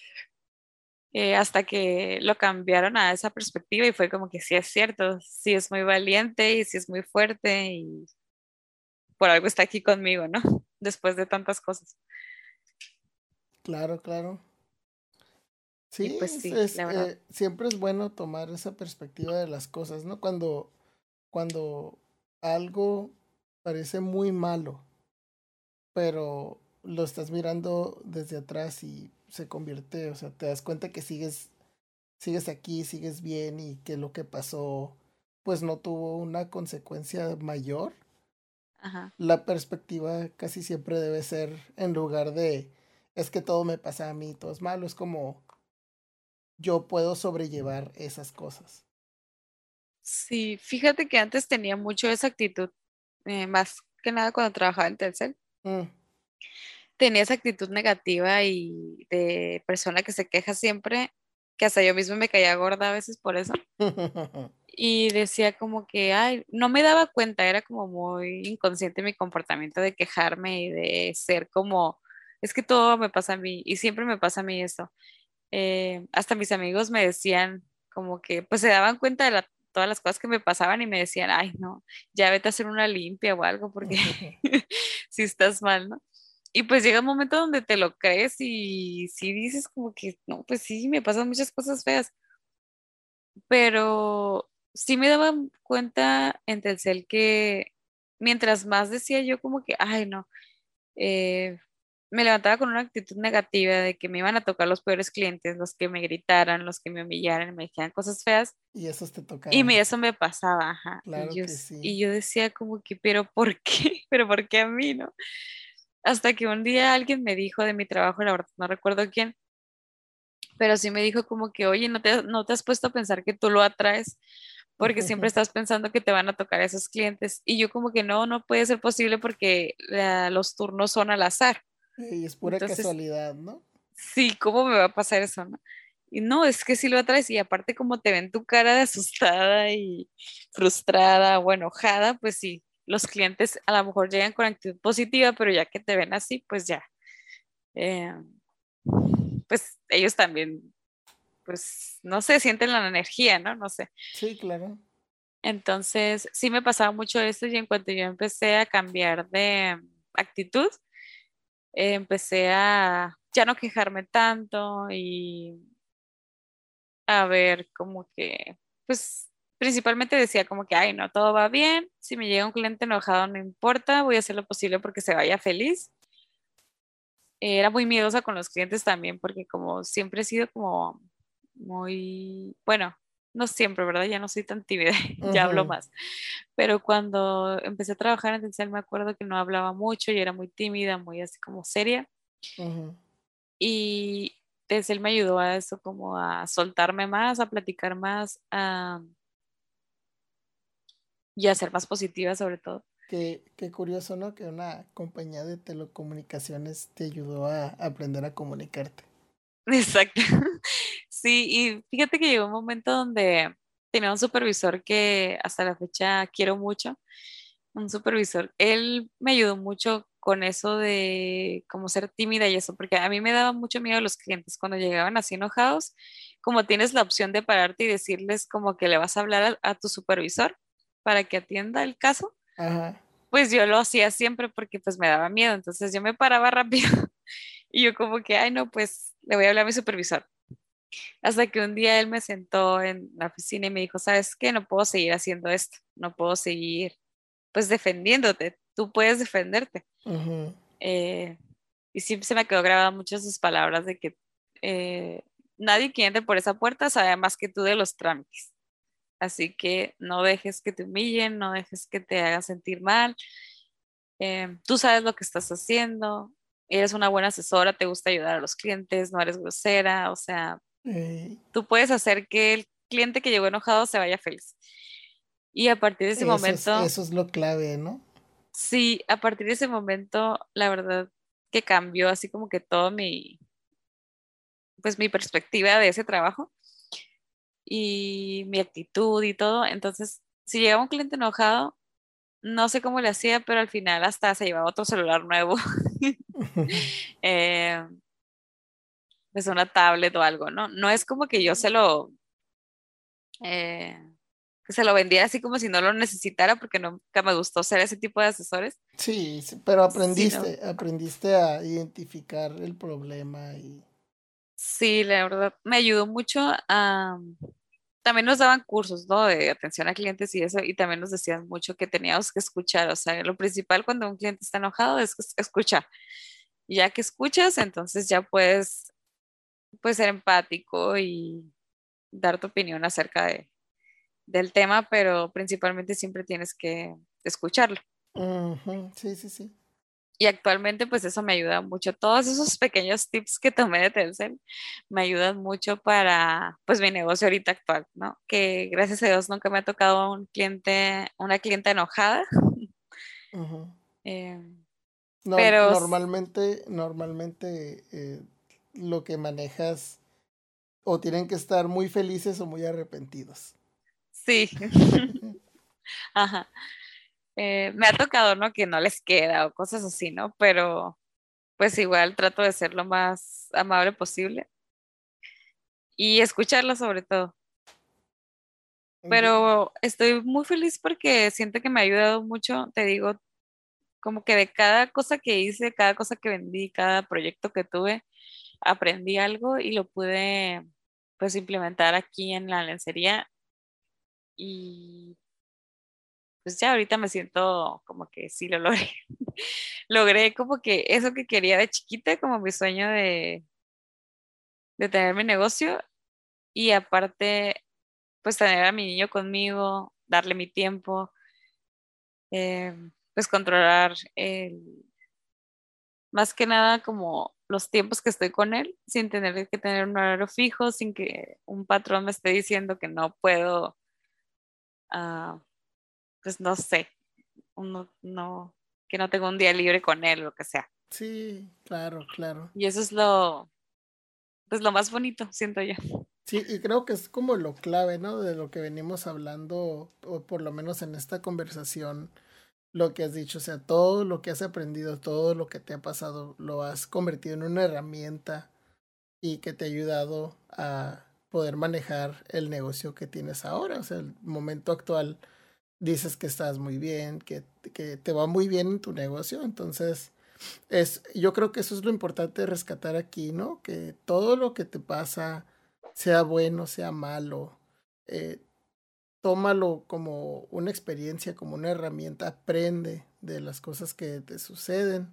eh, hasta que lo cambiaron a esa perspectiva y fue como que sí es cierto, sí es muy valiente y sí es muy fuerte y por algo está aquí conmigo, ¿no? Después de tantas cosas. Claro, claro. Y Sí, pues es, sí, es, la verdad. eh, siempre es bueno tomar esa perspectiva de las cosas, ¿no? Cuando, cuando algo parece muy malo, pero lo estás mirando desde atrás y se convierte, o sea, te das cuenta que sigues sigues aquí, sigues bien y que lo que pasó pues no tuvo una consecuencia mayor, Ajá. la perspectiva casi siempre debe ser en lugar de es que todo me pasa a mí, todo es malo, es como yo puedo sobrellevar esas cosas. Sí, fíjate que antes tenía mucho esa actitud, eh, más que nada cuando trabajaba en Telcel. Mm. Tenía esa actitud negativa y de persona que se queja siempre, que hasta yo misma me caía gorda a veces por eso. Y decía como que, ay, no me daba cuenta, era como muy inconsciente mi comportamiento de quejarme y de ser como, es que todo me pasa a mí y siempre me pasa a mí esto. Eh, hasta mis amigos me decían como que, pues se daban cuenta de la- todas las cosas que me pasaban y me decían, ay, no, ya vete a hacer una limpia o algo porque si estás mal, ¿no? Y pues llega un momento donde te lo crees y sí dices como que, no, pues sí, me pasan muchas cosas feas, pero sí me daba cuenta en Telcel que mientras más decía yo como que, ay, no, eh, me levantaba con una actitud negativa de que me iban a tocar los peores clientes, los que me gritaran, los que me humillaran, me dijeran cosas feas, Y esos te y me, tocaban. eso me pasaba, ajá, y Claro yo, que s- sí. y yo decía como que, pero ¿por qué? ¿Pero por qué a mí, no? Hasta que un día alguien me dijo de mi trabajo, la verdad no recuerdo quién, pero sí me dijo como que, oye, ¿no te, no te has puesto a pensar que tú lo atraes? Porque siempre estás pensando que te van a tocar esos clientes. Y yo como que no, no puede ser posible porque la- los turnos son al azar. Y es pura Entonces, casualidad, ¿no? sí, ¿cómo me va a pasar eso, no? Y no, es que sí lo atraes y aparte como te ven tu cara de asustada y frustrada o enojada, pues sí, los clientes a lo mejor llegan con actitud positiva, pero ya que te ven así, pues ya, eh, pues ellos también, pues no sé, sienten la energía, ¿no? No sé. Sí, claro. Entonces, sí me pasaba mucho eso y en cuanto yo empecé a cambiar de actitud, eh, empecé a ya no quejarme tanto y a ver como que, pues principalmente decía como que, ay, no, todo va bien, si me llega un cliente enojado no importa, voy a hacer lo posible porque se vaya feliz. Eh, era muy miedosa con los clientes también porque como siempre he sido como muy, bueno, no siempre, ¿verdad? Ya no soy tan tímida, ya hablo Ujú, más. Pero cuando empecé a trabajar en Telcel me acuerdo que no hablaba mucho y era muy tímida, muy así como seria. ujú. Y Telcel me ayudó a eso, como a soltarme más, a platicar más, a, y a ser más positiva sobre todo. Qué, qué curioso, ¿no? Que una compañía de telecomunicaciones te ayudó a aprender a comunicarte. Exacto. Sí, y fíjate que llegó un momento donde tenía un supervisor que hasta la fecha quiero mucho, un supervisor. Él me ayudó mucho con eso de cómo ser tímida y eso, porque a mí me daba mucho miedo los clientes cuando llegaban así enojados, como tienes la opción de pararte y decirles como que le vas a hablar a, a tu supervisor para que atienda el caso, Ajá. pues yo lo hacía siempre porque pues me daba miedo, entonces yo me paraba rápido y yo como que, ay no, pues le voy a hablar a mi supervisor. Hasta que un día él me sentó en la oficina y me dijo, ¿sabes qué? No puedo seguir haciendo esto, no puedo seguir pues defendiéndote, tú puedes defenderte. Ujú. Eh, y siempre se me quedó grabada mucho sus palabras de que eh, nadie que entre por esa puerta sabe más que tú de los trámites. Así que no dejes que te humillen, no dejes que te hagan sentir mal. Eh, tú sabes lo que estás haciendo, eres una buena asesora, te gusta ayudar a los clientes, no eres grosera, o sea, Eh, tú puedes hacer que el cliente que llegó enojado se vaya feliz. Y a partir de ese eso es, momento, eso es lo clave, ¿no? sí, a partir de ese momento, la verdad que cambió así como que todo mi, pues mi perspectiva de ese trabajo y mi actitud y todo. Entonces, si llegaba un cliente enojado, no sé cómo le hacía, pero al final hasta se llevaba otro celular nuevo, eh, pues una tablet o algo, ¿no? No es como que yo se lo, eh, que se lo vendiera así como si no lo necesitara, porque nunca me gustó ser ese tipo de asesores, Sí, sí, pero sino, aprendiste, aprendiste a identificar el problema y... sí, la verdad, me ayudó mucho a... También nos daban cursos, ¿no? De atención a clientes y eso, y también nos decían mucho que teníamos que escuchar, o sea, lo principal cuando un cliente está enojado es es escuchar. Y ya que escuchas, entonces ya puedes, puedes ser empático y dar tu opinión acerca de, del tema, pero principalmente siempre tienes que escucharlo. Ujú, sí, sí, sí. Y actualmente pues eso me ayuda mucho. Todos esos pequeños tips que tomé de Telcel me ayudan mucho para pues mi negocio ahorita actual, ¿no? Que gracias a Dios nunca me ha tocado un cliente, una clienta enojada. Ujú. eh, Nor- pero s- normalmente, normalmente eh, lo que manejas o tienen que estar muy felices o muy arrepentidos. sí, ajá. Eh, me ha tocado, ¿no? Que no les queda o cosas así, ¿no? Pero pues igual trato de ser lo más amable posible y escucharla sobre todo. Entiendo. Pero estoy muy feliz porque siento que me ha ayudado mucho, te digo, como que de cada cosa que hice, cada cosa que vendí, cada proyecto que tuve, aprendí algo y lo pude pues implementar aquí en la lencería y pues ya ahorita me siento como que sí lo logré. Logré como que eso que quería de chiquita, como mi sueño de, de tener mi negocio y aparte pues tener a mi niño conmigo, darle mi tiempo, eh, pues controlar el más que nada como los tiempos que estoy con él, sin tener que tener un horario fijo, sin que un patrón me esté diciendo que no puedo, ah, pues no sé, uno, no, que no tengo un día libre con él, lo que sea. Sí, claro, claro. Y eso es lo, pues lo más bonito, siento yo. Sí, y creo que es como lo clave, ¿no? De lo que venimos hablando, o por lo menos en esta conversación, lo que has dicho, o sea, todo lo que has aprendido, todo lo que te ha pasado, lo has convertido en una herramienta y que te ha ayudado a poder manejar el negocio que tienes ahora. O sea, el momento actual dices que estás muy bien, que, que te va muy bien en tu negocio, entonces es, yo creo que eso es lo importante de rescatar aquí, ¿no? Que todo lo que te pasa, sea bueno, sea malo, eh, tómalo como una experiencia, como una herramienta, aprende de las cosas que te suceden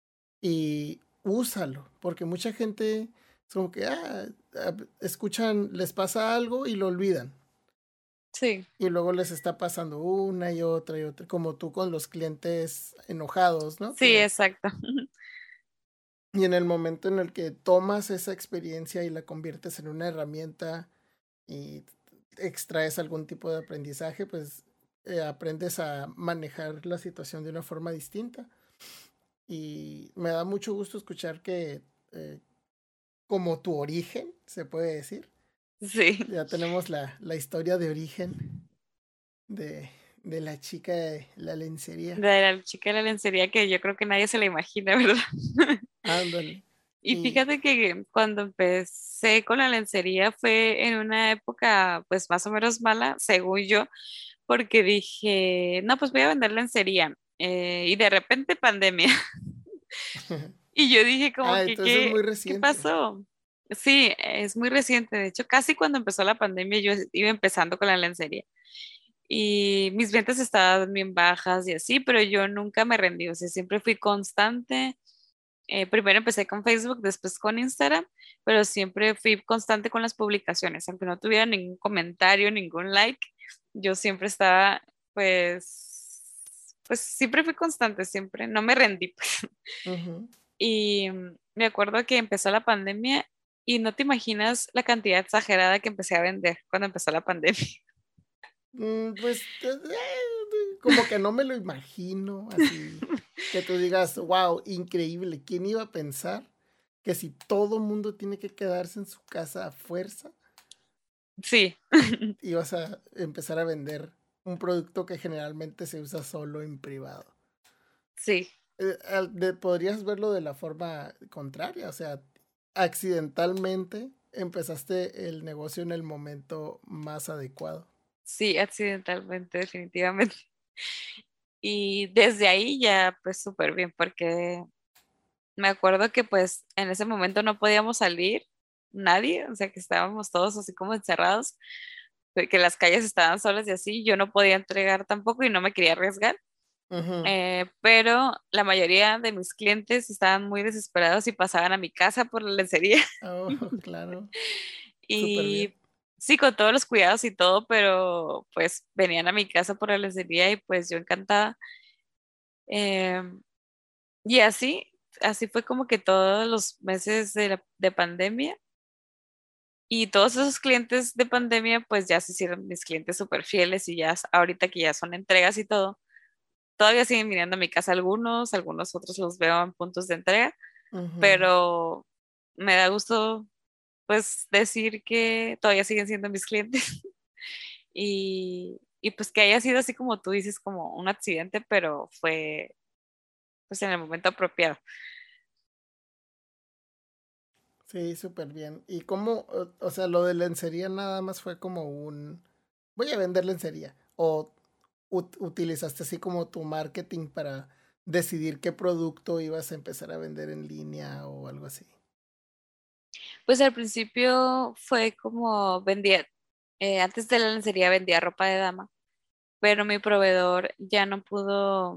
y úsalo, porque mucha gente es como que, ah, ah, escuchan, les pasa algo y lo olvidan. Sí, Y luego les está pasando una y otra y otra, como tú con los clientes enojados, ¿no? sí, Que exacto. y en el momento en el que tomas esa experiencia y la conviertes en una herramienta y extraes algún tipo de aprendizaje, pues eh, aprendes a manejar la situación de una forma distinta. Y me da mucho gusto escuchar que eh, como tu origen, se puede decir, Sí, ya tenemos la, la historia de origen de, de la chica de la lencería. de la chica de la lencería que yo creo que nadie se la imagina, ¿verdad? Ándale. Y Y fíjate que cuando empecé con la lencería fue en una época pues más o menos mala, según yo, porque dije, no, pues voy a vender lencería. Eh, y de repente pandemia. Y yo dije como ah, que, entonces es ¿qué, muy qué reciente. pasó? Sí, es muy reciente. De hecho, casi cuando empezó la pandemia yo iba empezando con la lencería. Y mis ventas estaban bien bajas y así, pero yo nunca me rendí. O sea, siempre fui constante. Eh, primero empecé con Facebook, después con Instagram, pero siempre fui constante con las publicaciones, aunque no tuviera ningún comentario, ningún like, yo siempre estaba, pues, pues siempre fui constante, siempre, no me rendí, pues. Ujú. Y mm, me acuerdo que empezó la pandemia y no te imaginas la cantidad exagerada que empecé a vender cuando empezó la pandemia. Mm, pues eh, eh, como que no me lo imagino así, que tú digas, wow, increíble, ¿quién iba a pensar que si todo mundo tiene que quedarse en su casa a fuerza, Sí, ibas a empezar a vender un producto que generalmente se usa solo en privado? sí. Eh, al- de- podrías verlo de la forma contraria, o sea, accidentalmente empezaste el negocio en el momento más adecuado. Sí, accidentalmente, definitivamente. Y desde ahí ya, pues súper bien, porque me acuerdo que pues en ese momento no podíamos salir nadie, o sea que estábamos todos así como encerrados, de que las calles estaban solas y así, yo no podía entregar tampoco y no me quería arriesgar, Ujú. eh, pero la mayoría de mis clientes estaban muy desesperados y pasaban a mi casa por la lencería Oh, claro, súper y bien. sí, con todos los cuidados y todo, pero pues venían a mi casa por la lencería y pues yo encantada. Em, y así, así fue como que todos los meses de, la- de pandemia y todos esos clientes de pandemia pues ya se hicieron mis clientes súper fieles y ya s- ahorita que ya son entregas y todo, todavía siguen viniendo a mi casa algunos, algunos otros los veo en puntos de entrega, Ujú. pero me da gusto pues decir que todavía siguen siendo mis clientes. Y, y pues que haya sido así como tú dices, como un accidente, pero fue pues en el momento apropiado. Sí, súper bien. ¿Y cómo, o, o sea, lo de lencería nada más fue como un, voy a vender lencería? ¿O ut- utilizaste así como tu marketing para decidir qué producto ibas a empezar a vender en línea o algo así? Pues al principio fue como vendía, eh, antes de la lencería vendía ropa de dama, pero mi proveedor ya no pudo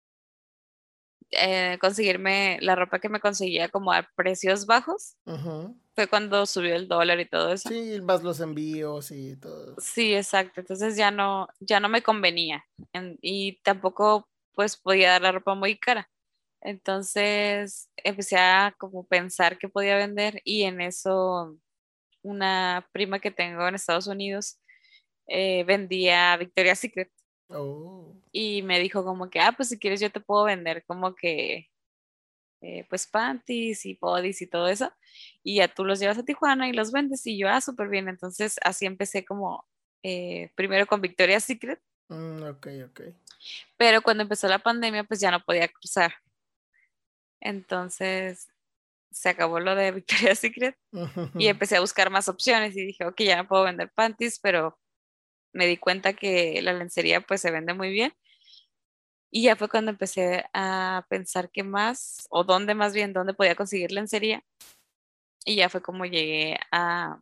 eh, conseguirme la ropa que me conseguía como a precios bajos. Ujú. Fue cuando subió el dólar y todo eso. Sí, más los envíos y todo. Sí, exacto. Entonces ya no, ya no me convenía. En- y tampoco pues podía dar la ropa muy cara. Entonces empecé a como pensar qué podía vender y en eso una prima que tengo en Estados Unidos eh, vendía Victoria's Secret Oh. y me dijo como que, ah, pues si quieres yo te puedo vender como que eh, pues panties y bodys y todo eso y ya tú los llevas a Tijuana y los vendes y yo, ah, súper bien. Entonces así empecé como eh, primero con Victoria's Secret, Mm, ok, ok. pero cuando empezó la pandemia pues ya no podía cruzar. Entonces se acabó lo de Victoria's Secret y empecé a buscar más opciones y dije, ok, ya no puedo vender panties, pero me di cuenta que la lencería pues se vende muy bien. Y ya fue cuando empecé a pensar qué más, o dónde más bien, dónde podía conseguir lencería. Y ya fue como llegué a,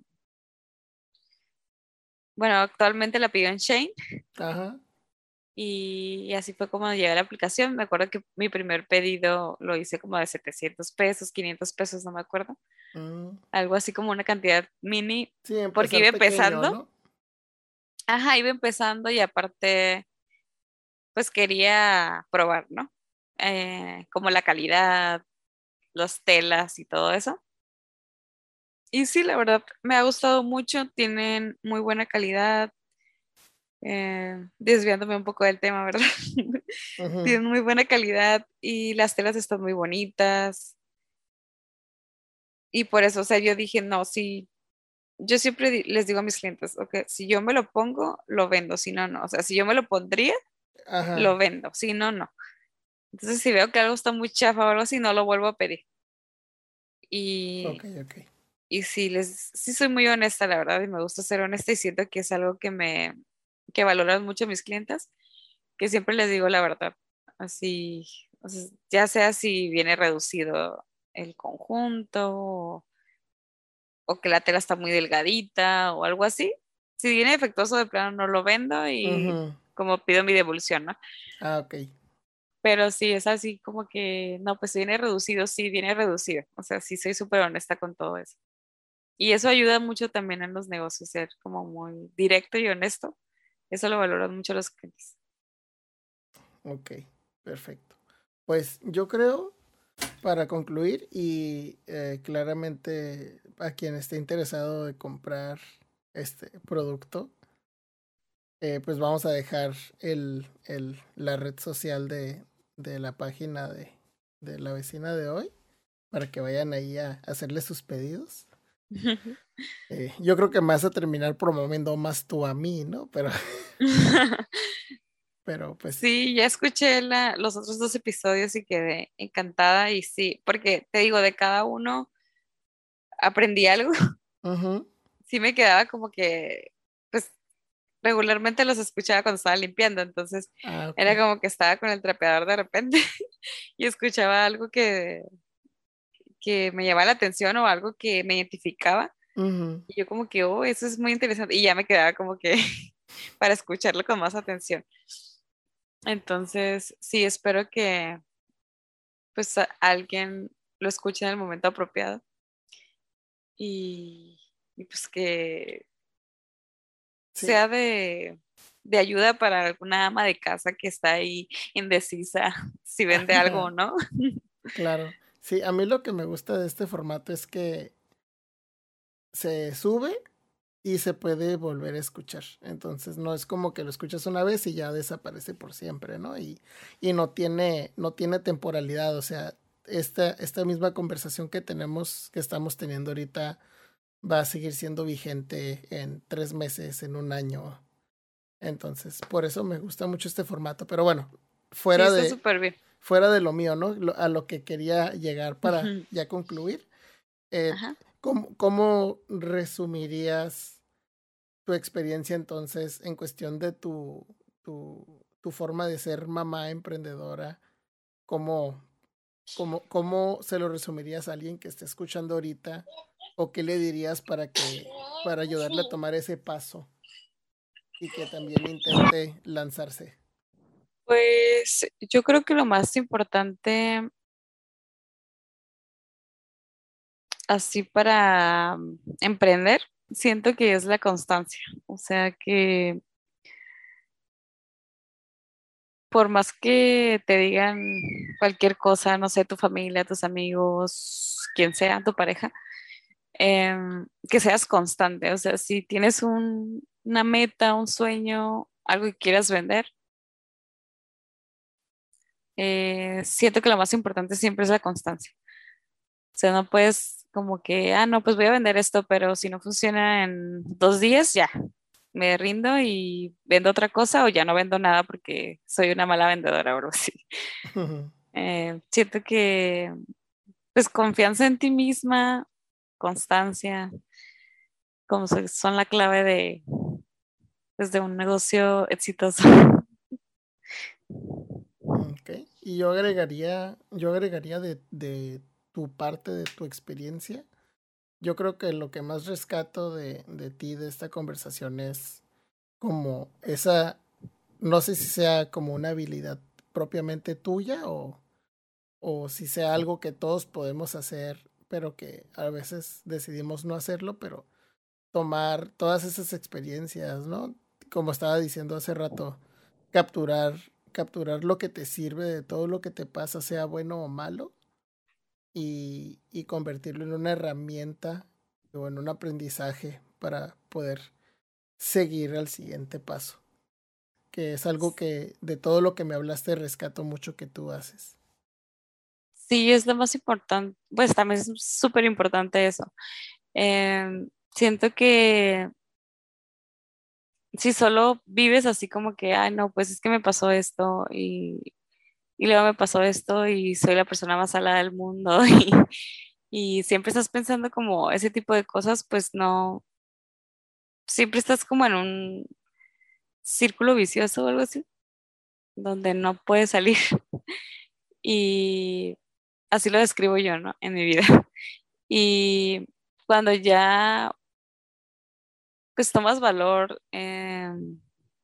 bueno, actualmente la pido en Shane Ajá. y, y así fue como llegué a la aplicación. Me acuerdo que mi primer pedido lo hice como de setecientos pesos, quinientos pesos, no me acuerdo. Mm. Algo así como una cantidad mini, Sí, porque iba empezar pequeño, empezando. ¿no? Ajá, iba empezando y aparte pues quería probar, ¿no? Eh, como la calidad, las telas y todo eso. Y sí, la verdad, me ha gustado mucho, tienen muy buena calidad, eh, desviándome un poco del tema, ¿verdad? Ujú. Tienen muy buena calidad y las telas están muy bonitas. Y por eso, o sea, yo dije, no, sí, yo siempre di- les digo a mis clientes, ok, si yo me lo pongo, lo vendo, si no, no. O sea, si yo me lo pondría, lo Ajá. vendo, si no, no. Entonces, si veo que algo está muy chafa o algo así, no lo vuelvo a pedir. Ok, Y, ok. y sí, les, sí soy muy honesta, la verdad, y me gusta ser honesta y siento que es algo que me, que valoran mucho mis clientes, que siempre les digo la verdad. Así, o sea, ya sea si viene reducido el conjunto o, o que la tela está muy delgadita o algo así. Si viene defectuoso de plano no lo vendo y Ujú. como pido mi devolución, ¿no? Ah, ok. Pero sí, es así como que, no, pues si viene reducido, sí, viene reducido. O sea, sí soy súper honesta con todo eso. Y eso ayuda mucho también en los negocios, ser como muy directo y honesto. Eso lo valoran mucho los clientes. Ok. Perfecto. Pues yo creo, para concluir, y eh, claramente a quien esté interesado de comprar este producto, eh, pues vamos a dejar el, el, la red social de, de la página de, de la vecina de hoy para que vayan ahí a hacerle sus pedidos. Eh, yo creo que me vas a terminar promoviendo más tú a mí, ¿no? Pero, pero pues, Sí, ya escuché la, los otros dos episodios y quedé encantada y sí, porque te digo, de cada uno aprendí algo. ujú. Sí me quedaba como que, pues regularmente los escuchaba cuando estaba limpiando, entonces Ah, ok. era como que estaba con el trapeador de repente y escuchaba algo que, que me llamaba la atención o algo que me identificaba. Ujú. Y yo como que, oh, eso es muy interesante. Y ya me quedaba como que para escucharlo con más atención. Entonces, sí, espero que pues a- alguien lo escuche en el momento apropiado y, y, pues que Sí, sea de, de ayuda para alguna ama de casa que está ahí indecisa si vende algo o no. claro. Sí, a mí lo que me gusta de este formato es que se sube y se puede volver a escuchar. Entonces no es como que lo escuchas una vez y ya desaparece por siempre, ¿no? Y, y no tiene, no tiene temporalidad. O sea, esta, esta misma conversación que tenemos, que estamos teniendo ahorita, va a seguir siendo vigente en tres meses, en un año. Entonces, por eso me gusta mucho este formato. Pero bueno, Sí, fuera está de, súper bien. fuera de lo mío, ¿no? Lo- a lo que quería llegar para Ujú. ya concluir. Eh, Ajá. ¿cómo, cómo resumirías tu experiencia entonces en cuestión de tu, tu, tu forma de ser mamá emprendedora? ¿Cómo, cómo, cómo se lo resumirías a alguien que esté escuchando ahorita? ¿O qué le dirías para que, para ayudarle a tomar ese paso y que también intente lanzarse? Pues yo creo que lo más importante así para mm, emprender, siento que es la constancia. O sea que por más que te digan cualquier cosa, no sé, tu familia, tus amigos, quien sea, tu pareja, em, que seas constante. O sea, si tienes un- una meta, un sueño, algo que quieras vender, eh, siento que lo más importante siempre es la constancia. O sea, no puedes como que, ah, no, pues voy a vender esto, pero si no funciona en dos días, ya, me rindo y vendo otra cosa o ya no vendo nada porque soy una mala vendedora o algo así. Eh, siento que, pues, confianza en ti misma, constancia, como se- son la clave de, pues, de un negocio exitoso. Ok. Y yo agregaría, yo agregaría de, de tu parte de tu experiencia. Yo creo que lo que más rescato de, de ti, de esta conversación, es como esa, no sé si sea como una habilidad propiamente tuya o, o si sea algo que todos podemos hacer, pero que a veces decidimos no hacerlo, pero tomar todas esas experiencias, ¿no? Como estaba diciendo hace rato, capturar, capturar lo que te sirve de todo lo que te pasa, sea bueno o malo, y, y convertirlo en una herramienta o en un aprendizaje para poder seguir al siguiente paso, que es algo que de todo lo que me hablaste rescato mucho que tú haces. Sí, es lo más importante, pues también es súper importante eso. Em, siento que si solo vives así como que, ay, no, pues es que me pasó esto y, y luego me pasó esto y soy la persona más salada del mundo y, y siempre estás pensando como ese tipo de cosas, pues no, siempre estás como en un círculo vicioso o algo así, donde no puedes salir y así lo describo yo, ¿no? En mi vida. Y cuando ya, pues tomas valor em,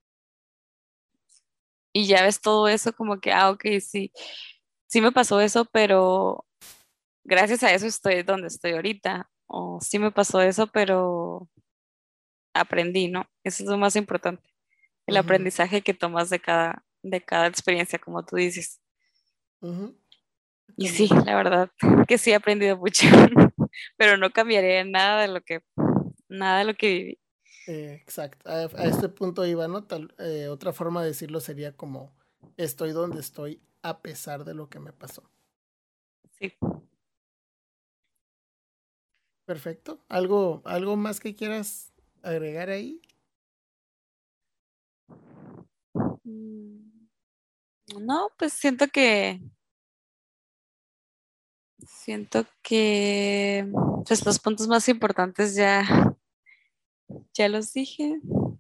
y ya ves todo eso como que, ah, ok, sí, sí me pasó eso, pero gracias a eso estoy donde estoy ahorita. O sí me pasó eso, pero aprendí, ¿no? Eso es lo más importante, el Ujú, aprendizaje que tomas de cada, de cada experiencia, como tú dices. ujú. Y sí, También. la verdad que sí he aprendido mucho, pero no cambiaría nada de lo que, nada de lo que viví. Eh, exacto. A, a este punto iba, ¿no? Tal, eh, otra forma de decirlo sería como estoy donde estoy a pesar de lo que me pasó. Sí. Perfecto. ¿Algo, algo más que quieras agregar ahí? Mm, no, pues siento que, siento que, pues los puntos más importantes ya, ya los dije.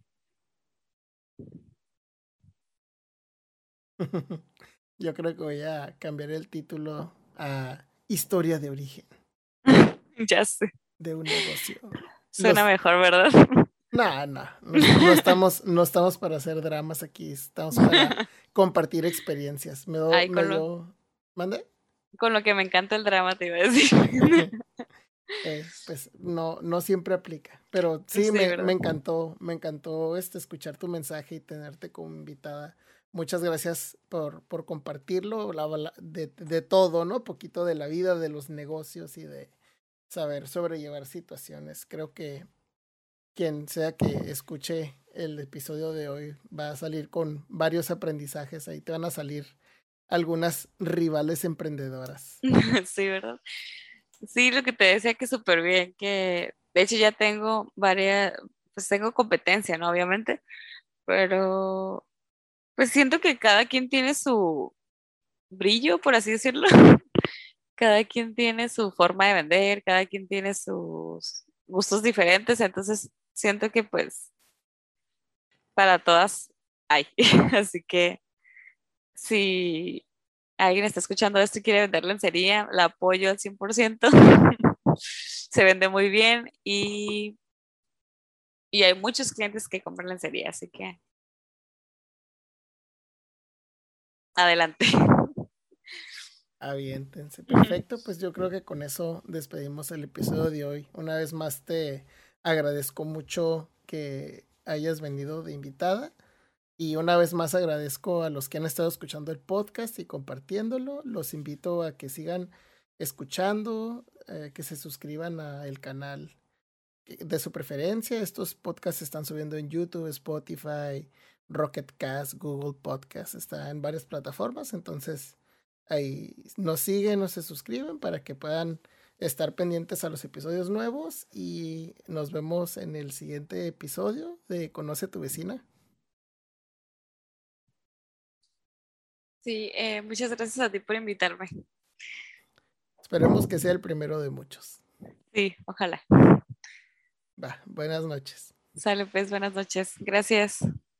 Yo creo que voy a cambiar el título a Historia de origen Ya sé, de un negocio. suena Los, mejor, ¿verdad? no, no, no, est- no estamos, no estamos para hacer dramas aquí, estamos para compartir experiencias. Me, do- Ay, me con lo, dio, ¿mande? con lo que me encanta el drama, te iba a decir. Eh, pues no, no siempre aplica. Pero sí, Sí, me, me ¿verdad? encantó, me encantó este, escuchar tu mensaje y tenerte como invitada. Muchas gracias por, por compartirlo, la, la- de, de todo, ¿no? Poquito de la vida, de los negocios y de saber sobrellevar situaciones. Creo que quien sea que escuche el episodio de hoy va a salir con varios aprendizajes. Ahí te van a salir algunas rivales emprendedoras. Sí, ¿verdad? Sí, lo que te decía que súper bien, que de hecho ya tengo varias, pues tengo competencia, ¿no? Obviamente, pero pues siento que cada quien tiene su brillo, por así decirlo. Cada quien tiene su forma de vender, cada quien tiene sus gustos diferentes, entonces siento que pues para todas hay. Así que si alguien está escuchando esto y quiere vender lencería, la apoyo al cien por ciento. Se vende muy bien y, y hay muchos clientes que compran lencería, así que adelante. Aviéntense. Perfecto, pues yo creo que con eso despedimos el episodio de hoy. Una vez más te agradezco mucho que hayas venido de invitada y una vez más agradezco a los que han estado escuchando el podcast y compartiéndolo. Los invito a que sigan escuchando, eh, que se suscriban al canal de su preferencia. Estos podcasts se están subiendo en YouTube, Spotify, Rocket Cast, Google Podcast, está en varias plataformas, entonces ahí nos siguen o se suscriben para que puedan estar pendientes a los episodios nuevos y nos vemos en el siguiente episodio de Conoce a tu vecina. Sí, eh, muchas gracias a ti por invitarme. Esperemos que sea el primero de muchos. Sí, ojalá. Va, buenas noches. Sale pues, buenas noches. Gracias.